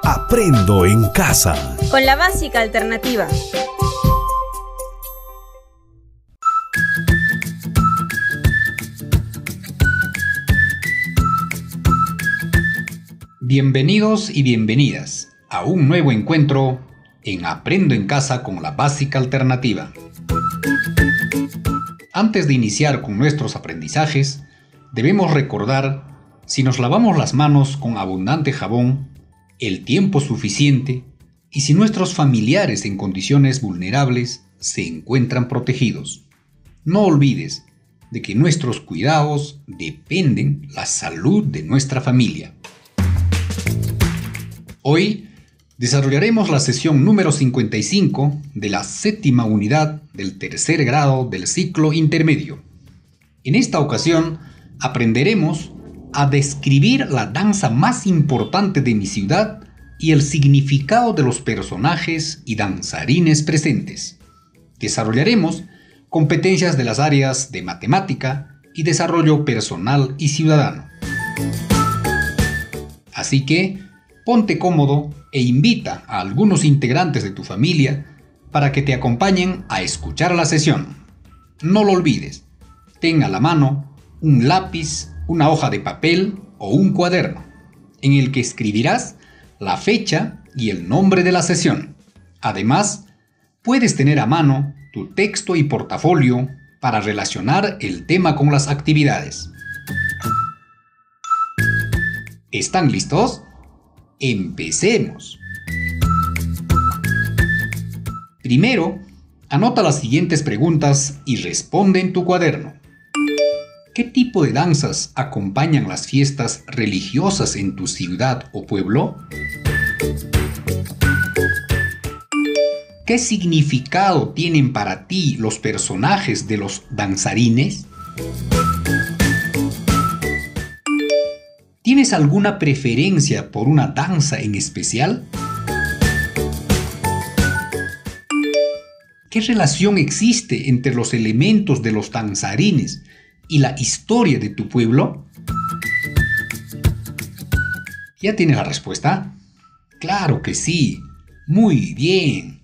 Aprendo en casa. Con la básica alternativa. Bienvenidos y bienvenidas a un nuevo encuentro en Aprendo en casa con la básica alternativa. Antes de iniciar con nuestros aprendizajes, debemos recordar si nos lavamos las manos con abundante jabón, el tiempo suficiente y si nuestros familiares en condiciones vulnerables se encuentran protegidos. No olvides de que nuestros cuidados dependen la salud de nuestra familia. Hoy desarrollaremos la sesión número 55 de la 7ª unidad del tercer grado del ciclo intermedio. En esta ocasión aprenderemos a describir la danza más importante de mi ciudad y el significado de los personajes y danzarines presentes. Desarrollaremos competencias de las áreas de matemática y desarrollo personal y ciudadano. Así que ponte cómodo e invita a algunos integrantes de tu familia para que te acompañen a escuchar la sesión. No lo olvides, ten a la mano un lápiz, una hoja de papel o un cuaderno, en el que escribirás la fecha y el nombre de la sesión. Además, puedes tener a mano tu texto y portafolio para relacionar el tema con las actividades. ¿Están listos? ¡Empecemos! Primero, anota las siguientes preguntas y responde en tu cuaderno. ¿Qué tipo de danzas acompañan las fiestas religiosas en tu ciudad o pueblo? ¿Qué significado tienen para ti los personajes de los danzarines? ¿Tienes alguna preferencia por una danza en especial? ¿Qué relación existe entre los elementos de los danzarines y la historia de tu pueblo? ¿Ya tienes la respuesta? ¡Claro que sí! ¡Muy bien!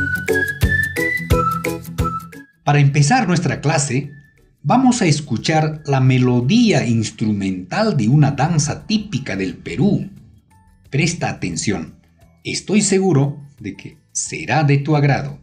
Para empezar nuestra clase, vamos a escuchar la melodía instrumental de una danza típica del Perú. Presta atención, estoy seguro de que será de tu agrado.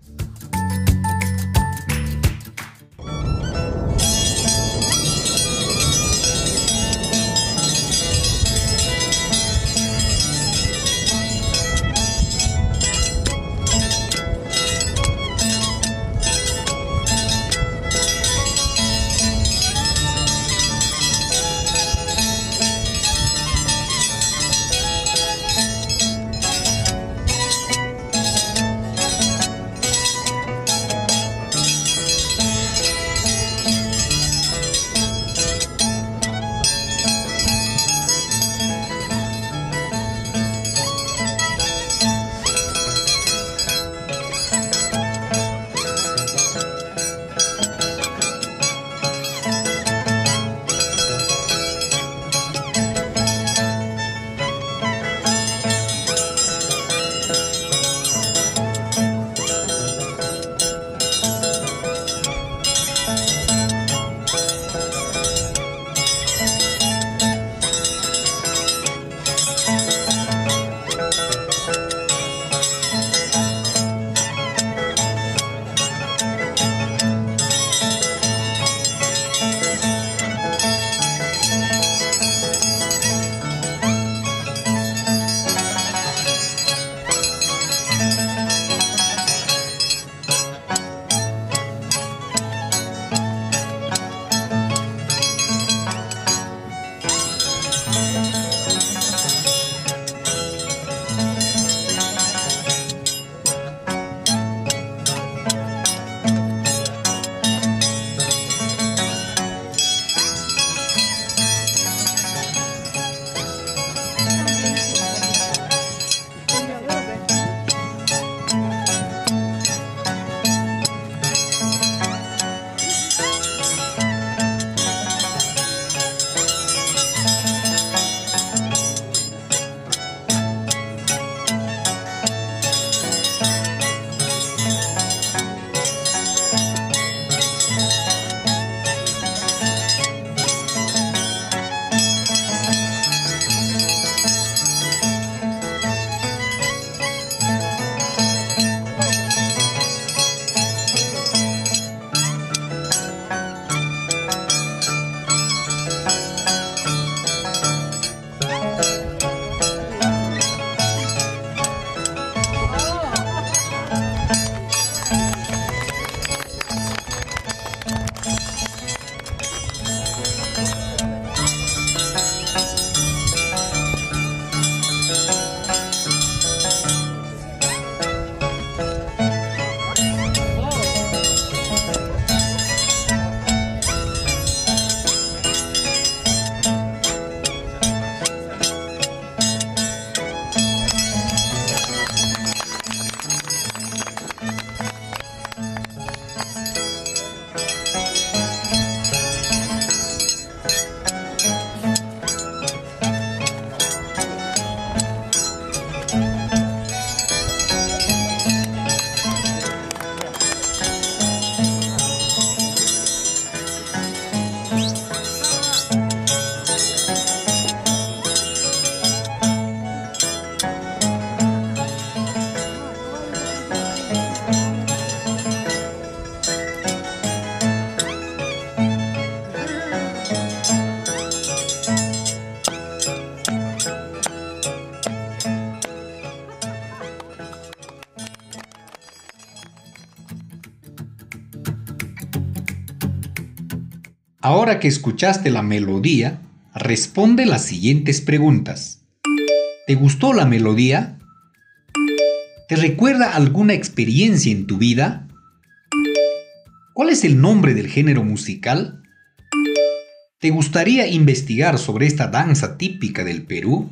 Ahora que escuchaste la melodía, responde las siguientes preguntas. ¿Te gustó la melodía? ¿Te recuerda alguna experiencia en tu vida? ¿Cuál es el nombre del género musical? ¿Te gustaría investigar sobre esta danza típica del Perú?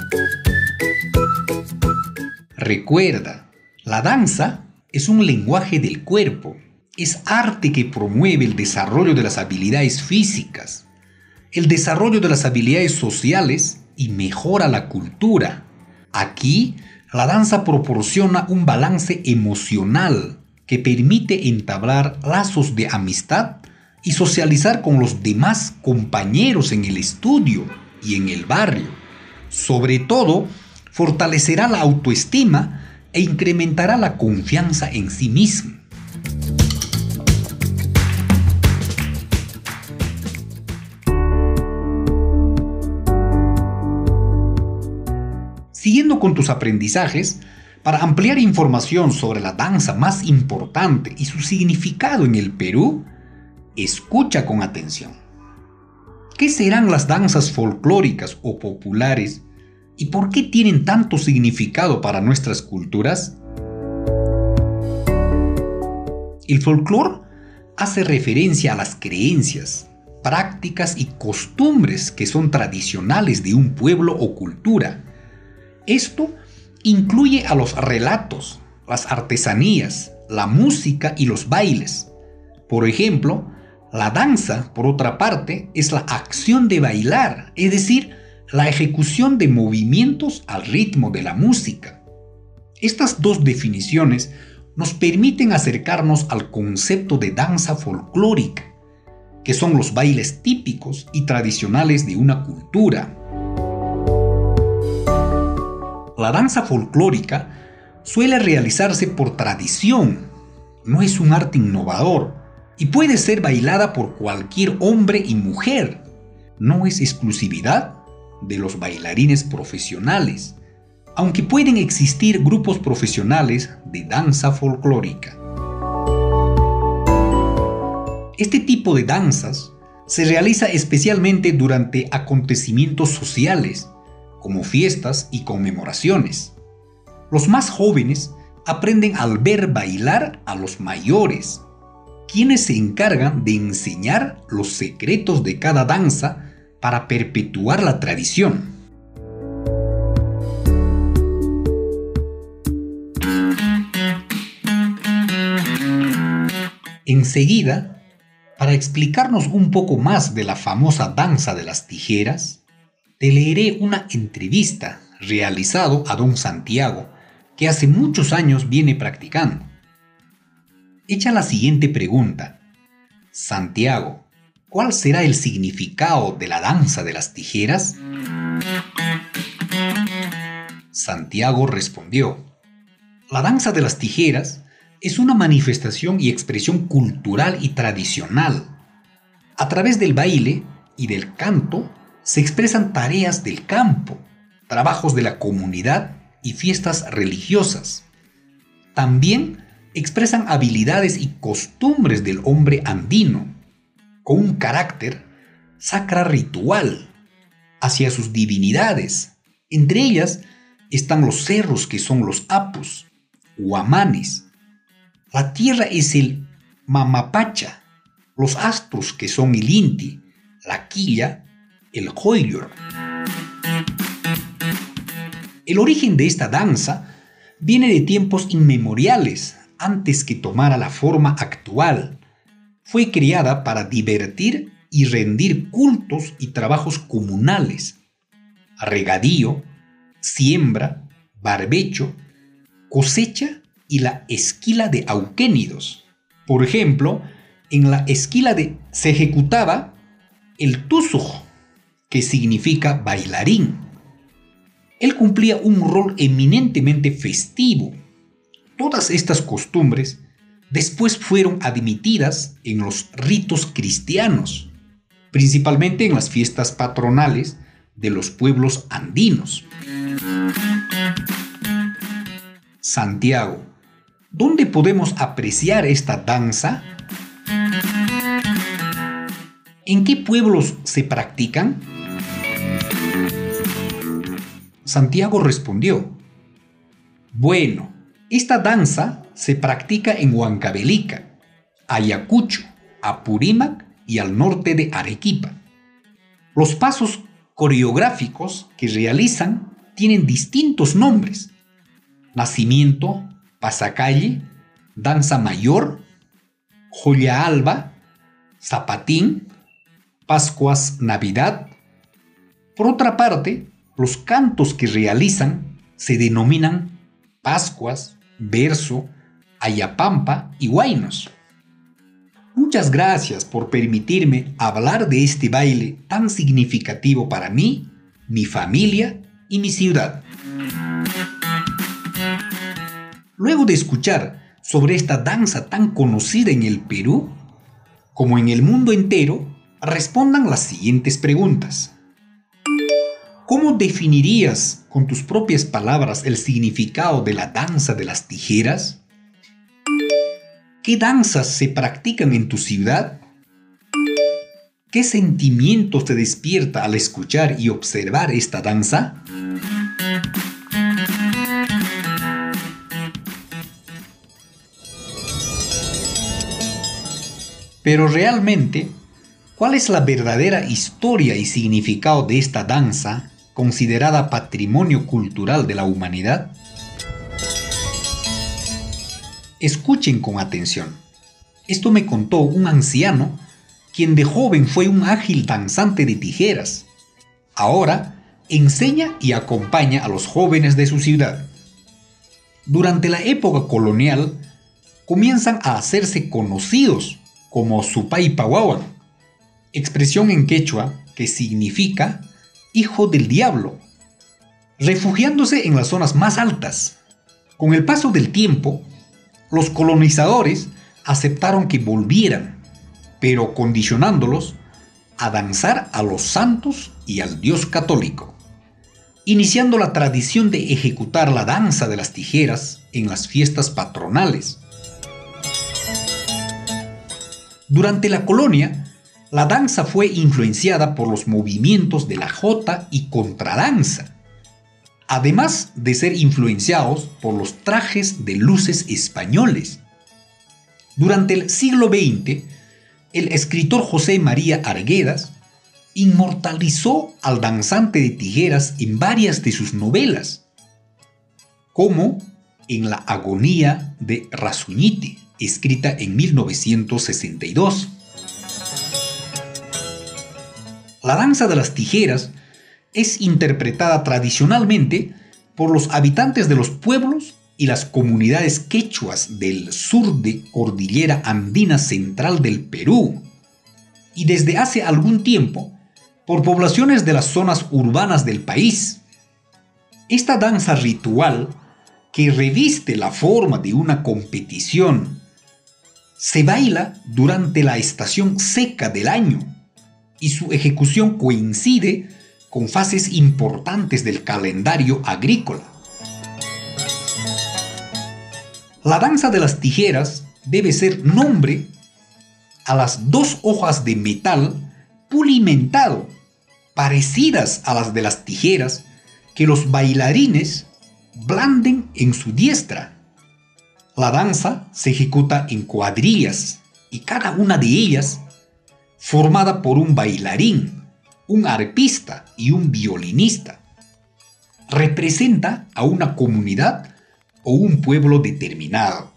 Recuerda, la danza es un lenguaje del cuerpo. Es arte que promueve el desarrollo de las habilidades físicas, el desarrollo de las habilidades sociales y mejora la cultura. Aquí, la danza proporciona un balance emocional que permite entablar lazos de amistad y socializar con los demás compañeros en el estudio y en el barrio. Sobre todo, fortalecerá la autoestima e incrementará la confianza en sí mismo. Siguiendo con tus aprendizajes, para ampliar información sobre la danza más importante y su significado en el Perú, escucha con atención. ¿Qué serán las danzas folclóricas o populares y por qué tienen tanto significado para nuestras culturas? El folclore hace referencia a las creencias, prácticas y costumbres que son tradicionales de un pueblo o cultura. Esto incluye a los relatos, las artesanías, la música y los bailes. Por ejemplo, la danza, por otra parte, es la acción de bailar, es decir, la ejecución de movimientos al ritmo de la música. Estas dos definiciones nos permiten acercarnos al concepto de danza folclórica, que son los bailes típicos y tradicionales de una cultura. La danza folclórica suele realizarse por tradición, no es un arte innovador y puede ser bailada por cualquier hombre y mujer. No es exclusividad de los bailarines profesionales, aunque pueden existir grupos profesionales de danza folclórica. Este tipo de danzas se realiza especialmente durante acontecimientos sociales, como fiestas y conmemoraciones. Los más jóvenes aprenden al ver bailar a los mayores, quienes se encargan de enseñar los secretos de cada danza para perpetuar la tradición. Enseguida, para explicarnos un poco más de la famosa danza de las tijeras, te leeré una entrevista realizado a don Santiago, que hace muchos años viene practicando. Hecha la siguiente pregunta: Santiago, ¿cuál será el significado de la danza de las tijeras? Santiago respondió: la danza de las tijeras es una manifestación y expresión cultural y tradicional. A través del baile y del canto se expresan tareas del campo, trabajos de la comunidad y fiestas religiosas. También expresan habilidades y costumbres del hombre andino, con un carácter sacra ritual hacia sus divinidades. Entre ellas están los cerros, que son los apus, huamanes. La tierra es el mamapacha, los astros, que son el inti, la quilla, el joyor. El origen de esta danza viene de tiempos inmemoriales, antes que tomara la forma actual. Fue creada para divertir y rendir cultos y trabajos comunales: regadío, siembra, barbecho, cosecha y la esquila de auquénidos. Por ejemplo, en la esquila se ejecutaba el tusuj, que significa bailarín. Él cumplía un rol eminentemente festivo. Todas estas costumbres después fueron admitidas en los ritos cristianos, principalmente en las fiestas patronales de los pueblos andinos. Santiago, ¿dónde podemos apreciar esta danza? ¿En qué pueblos se practican? Santiago respondió: bueno, esta danza se practica en Huancavelica, Ayacucho, Apurímac y al norte de Arequipa. Los pasos coreográficos que realizan tienen distintos nombres: nacimiento, pasacalle, danza mayor, joya alba, zapatín, Pascuas, Navidad. Por otra parte, los cantos que realizan se denominan Pascuas, verso, ayapampa y huaynos. Muchas gracias por permitirme hablar de este baile tan significativo para mí, mi familia y mi ciudad. Luego de escuchar sobre esta danza tan conocida en el Perú, como en el mundo entero, respondan las siguientes preguntas. ¿Cómo definirías con tus propias palabras el significado de la danza de las tijeras? ¿Qué danzas se practican en tu ciudad? ¿Qué sentimientos te despierta al escuchar y observar esta danza? Pero realmente, ¿cuál es la verdadera historia y significado de esta danza considerada patrimonio cultural de la humanidad? Escuchen con atención. Esto me contó un anciano, quien de joven fue un ágil danzante de tijeras. Ahora enseña y acompaña a los jóvenes de su ciudad. Durante la época colonial, comienzan a hacerse conocidos como Supaypahuahuan, expresión en quechua que significa hijo del diablo, refugiándose en las zonas más altas. Con el paso del tiempo, los colonizadores aceptaron que volvieran, pero condicionándolos a danzar a los santos y al Dios católico, iniciando la tradición de ejecutar la danza de las tijeras en las fiestas patronales. Durante la colonia, la danza fue influenciada por los movimientos de la jota y contradanza, además de ser influenciados por los trajes de luces españoles. Durante el siglo XX, el escritor José María Arguedas inmortalizó al danzante de tijeras en varias de sus novelas, como en La agonía de Rasuñite, escrita en 1962. La danza de las tijeras es interpretada tradicionalmente por los habitantes de los pueblos y las comunidades quechuas del sur de Cordillera Andina Central del Perú, y desde hace algún tiempo por poblaciones de las zonas urbanas del país. Esta danza ritual, que reviste la forma de una competición, se baila durante la estación seca del año, y su ejecución coincide con fases importantes del calendario agrícola. La danza de las tijeras debe ser nombre a las 2 hojas de metal pulimentado, parecidas a las de las tijeras, que los bailarines blanden en su diestra. La danza se ejecuta en cuadrillas, y cada una de ellas formada por un bailarín, un arpista y un violinista. Representa a una comunidad o un pueblo determinado.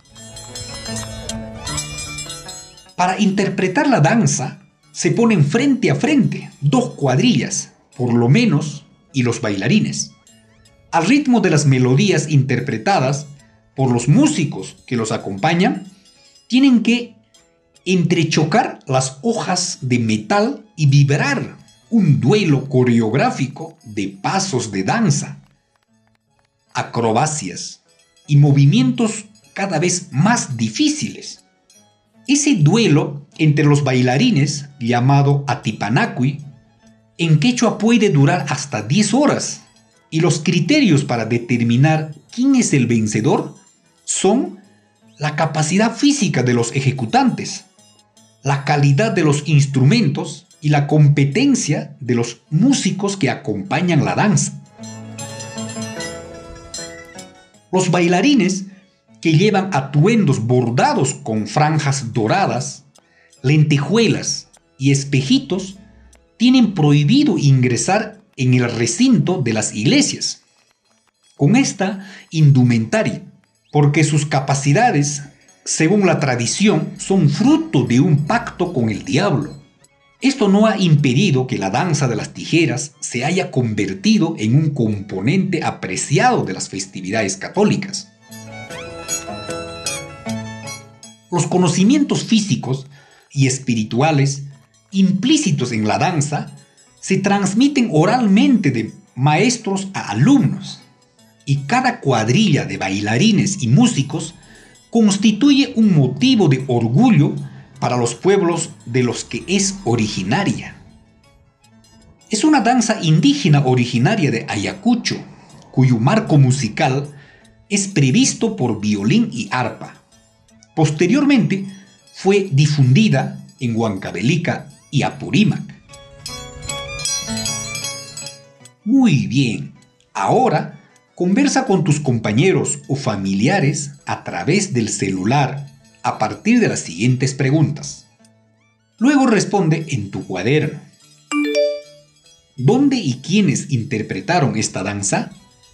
Para interpretar la danza, se ponen frente a frente 2 cuadrillas, por lo menos, y los bailarines, al ritmo de las melodías interpretadas por los músicos que los acompañan. Tienen que entrechocar las hojas de metal y vibrar un duelo coreográfico de pasos de danza, acrobacias y movimientos cada vez más difíciles. Ese duelo entre los bailarines, llamado atipanacui, en quechua puede durar hasta 10 horas, y los criterios para determinar quién es el vencedor son la capacidad física de los ejecutantes, la calidad de los instrumentos y la competencia de los músicos que acompañan la danza. Los bailarines, que llevan atuendos bordados con franjas doradas, lentejuelas y espejitos, tienen prohibido ingresar en el recinto de las iglesias con esta indumentaria, porque sus capacidades, según la tradición, son fruto de un pacto con el diablo. Esto no ha impedido que la danza de las tijeras se haya convertido en un componente apreciado de las festividades católicas. Los conocimientos físicos y espirituales implícitos en la danza se transmiten oralmente de maestros a alumnos, y cada cuadrilla de bailarines y músicos constituye un motivo de orgullo para los pueblos de los que es originaria. Es una danza indígena originaria de Ayacucho, cuyo marco musical es previsto por violín y arpa. Posteriormente fue difundida en Huancavelica y Apurímac. Muy bien, ahora conversa con tus compañeros o familiares a través del celular a partir de las siguientes preguntas. Luego responde en tu cuaderno. ¿Dónde y quiénes interpretaron esta danza?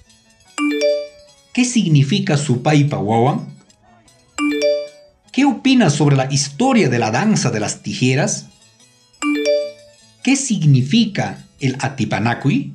¿Qué significa Supay Pawawan? ¿Qué opinas sobre la historia de la danza de las tijeras? ¿Qué significa el Atipanacui?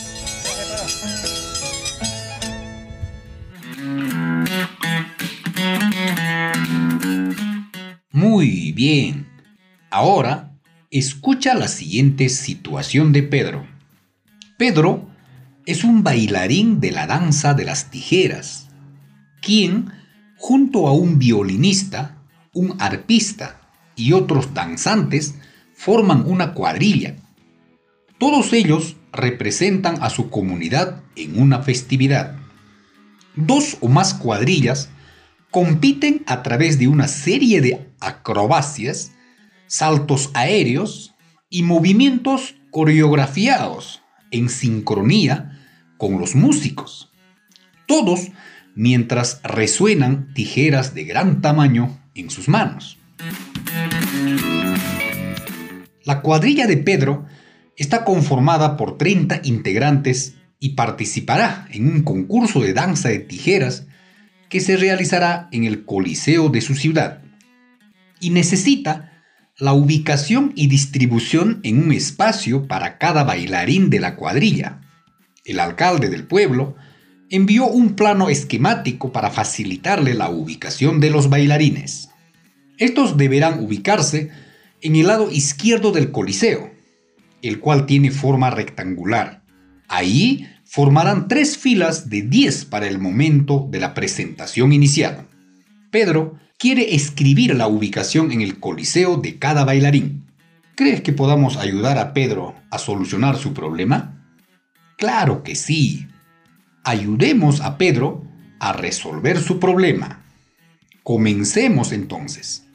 Muy bien. Ahora, escucha la siguiente situación de Pedro. Pedro es un bailarín de la danza de las tijeras, quien, junto a un violinista, un arpista y otros danzantes, forman una cuadrilla. Todos ellos representan a su comunidad en una festividad. Dos o más cuadrillas compiten a través de una serie de acrobacias, saltos aéreos y movimientos coreografiados en sincronía con los músicos. Todos mientras resuenan tijeras de gran tamaño en sus manos. La cuadrilla de Pedro está conformada por 30 integrantes y participará en un concurso de danza de tijeras que se realizará en el Coliseo de su ciudad, y necesita la ubicación y distribución en un espacio para cada bailarín de la cuadrilla. El alcalde del pueblo envió un plano esquemático para facilitarle la ubicación de los bailarines. Estos deberán ubicarse en el lado izquierdo del Coliseo, el cual tiene forma rectangular. Ahí formarán 3 filas de 10 para el momento de la presentación inicial. Pedro quiere escribir la ubicación en el Coliseo de cada bailarín. ¿Crees que podamos ayudar a Pedro a solucionar su problema? ¡Claro que sí! Ayudemos a Pedro a resolver su problema. Comencemos entonces.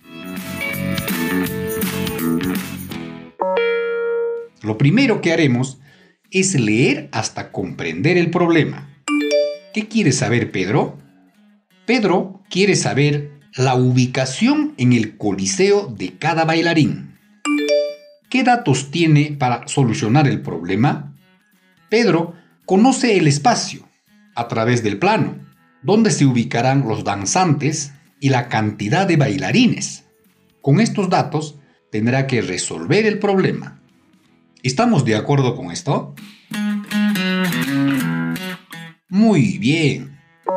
Lo primero que haremos es leer hasta comprender el problema. ¿Qué quiere saber Pedro? Pedro quiere saber la ubicación en el coliseo de cada bailarín. ¿Qué datos tiene para solucionar el problema? Pedro conoce el espacio a través del plano, donde se ubicarán los danzantes y la cantidad de bailarines. Con estos datos tendrá que resolver el problema. ¿Estamos de acuerdo con esto? Muy bien.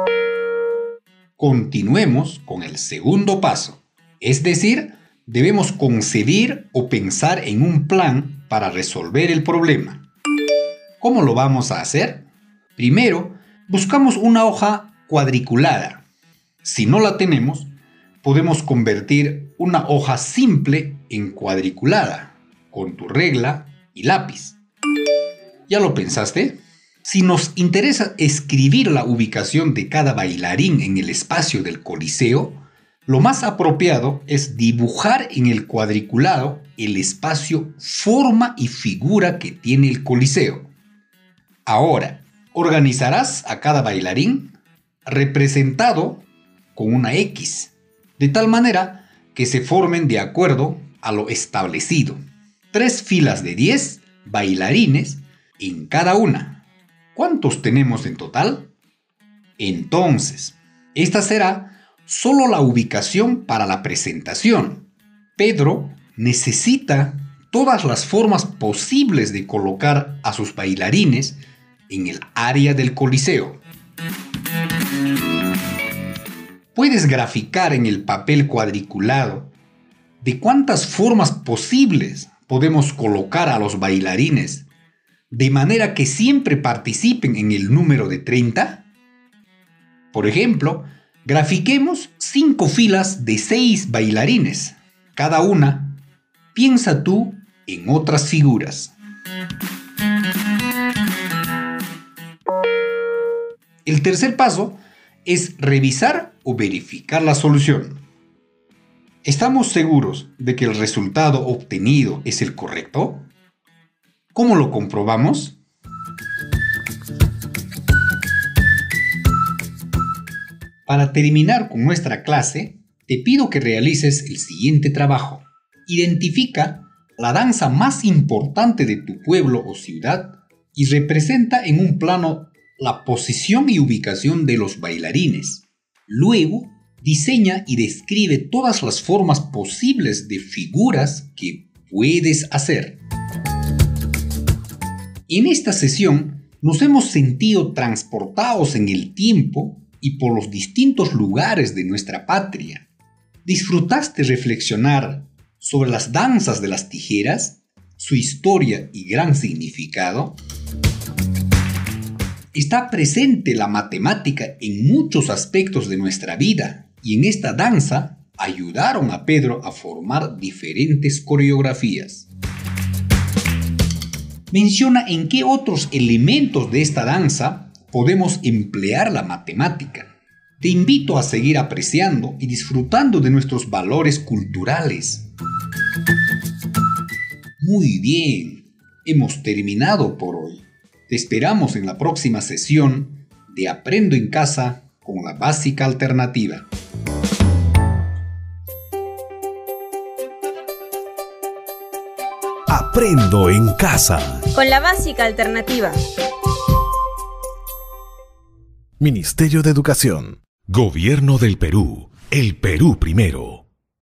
Continuemos con el segundo paso. Es decir, debemos concebir o pensar en un plan para resolver el problema. ¿Cómo lo vamos a hacer? Primero, buscamos una hoja cuadriculada. Si no la tenemos, podemos convertir una hoja simple en cuadriculada con tu regla y lápiz. ¿Ya lo pensaste? Si nos interesa escribir la ubicación de cada bailarín en el espacio del coliseo, Lo más apropiado es dibujar en el cuadriculado el espacio, forma y figura que tiene el coliseo. Ahora, organizarás a cada bailarín representado con una X, de tal manera que se formen de acuerdo a lo establecido. 3 filas de 10 bailarines en cada una. ¿Cuántos tenemos en total? Entonces, esta será solo la ubicación para la presentación. Pedro necesita todas las formas posibles de colocar a sus bailarines en el área del coliseo. Puedes graficar en el papel cuadriculado de cuántas formas posibles podemos colocar a los bailarines de manera que siempre participen en el número de 30. Por ejemplo, grafiquemos 5 filas de 6 bailarines. Cada una, piensa tú en otras figuras. El tercer paso es revisar o verificar la solución. ¿Estamos seguros de que el resultado obtenido es el correcto? ¿Cómo lo comprobamos? Para terminar con nuestra clase, te pido que realices el siguiente trabajo. Identifica la danza más importante de tu pueblo o ciudad y representa en un plano la posición y ubicación de los bailarines. Luego, diseña y describe todas las formas posibles de figuras que puedes hacer. En esta sesión nos hemos sentido transportados en el tiempo y por los distintos lugares de nuestra patria. ¿Disfrutaste reflexionar sobre las danzas de las tijeras, su historia y gran significado? Está presente la matemática en muchos aspectos de nuestra vida y en esta danza ayudaron a Pedro a formar diferentes coreografías. Menciona en qué otros elementos de esta danza podemos emplear la matemática. Te invito a seguir apreciando y disfrutando de nuestros valores culturales. Muy bien, hemos terminado por hoy. Te esperamos en la próxima sesión de Aprendo en Casa con la Básica Alternativa. Aprendo en Casa. Con la Básica Alternativa. Ministerio de Educación. Gobierno del Perú. El Perú primero.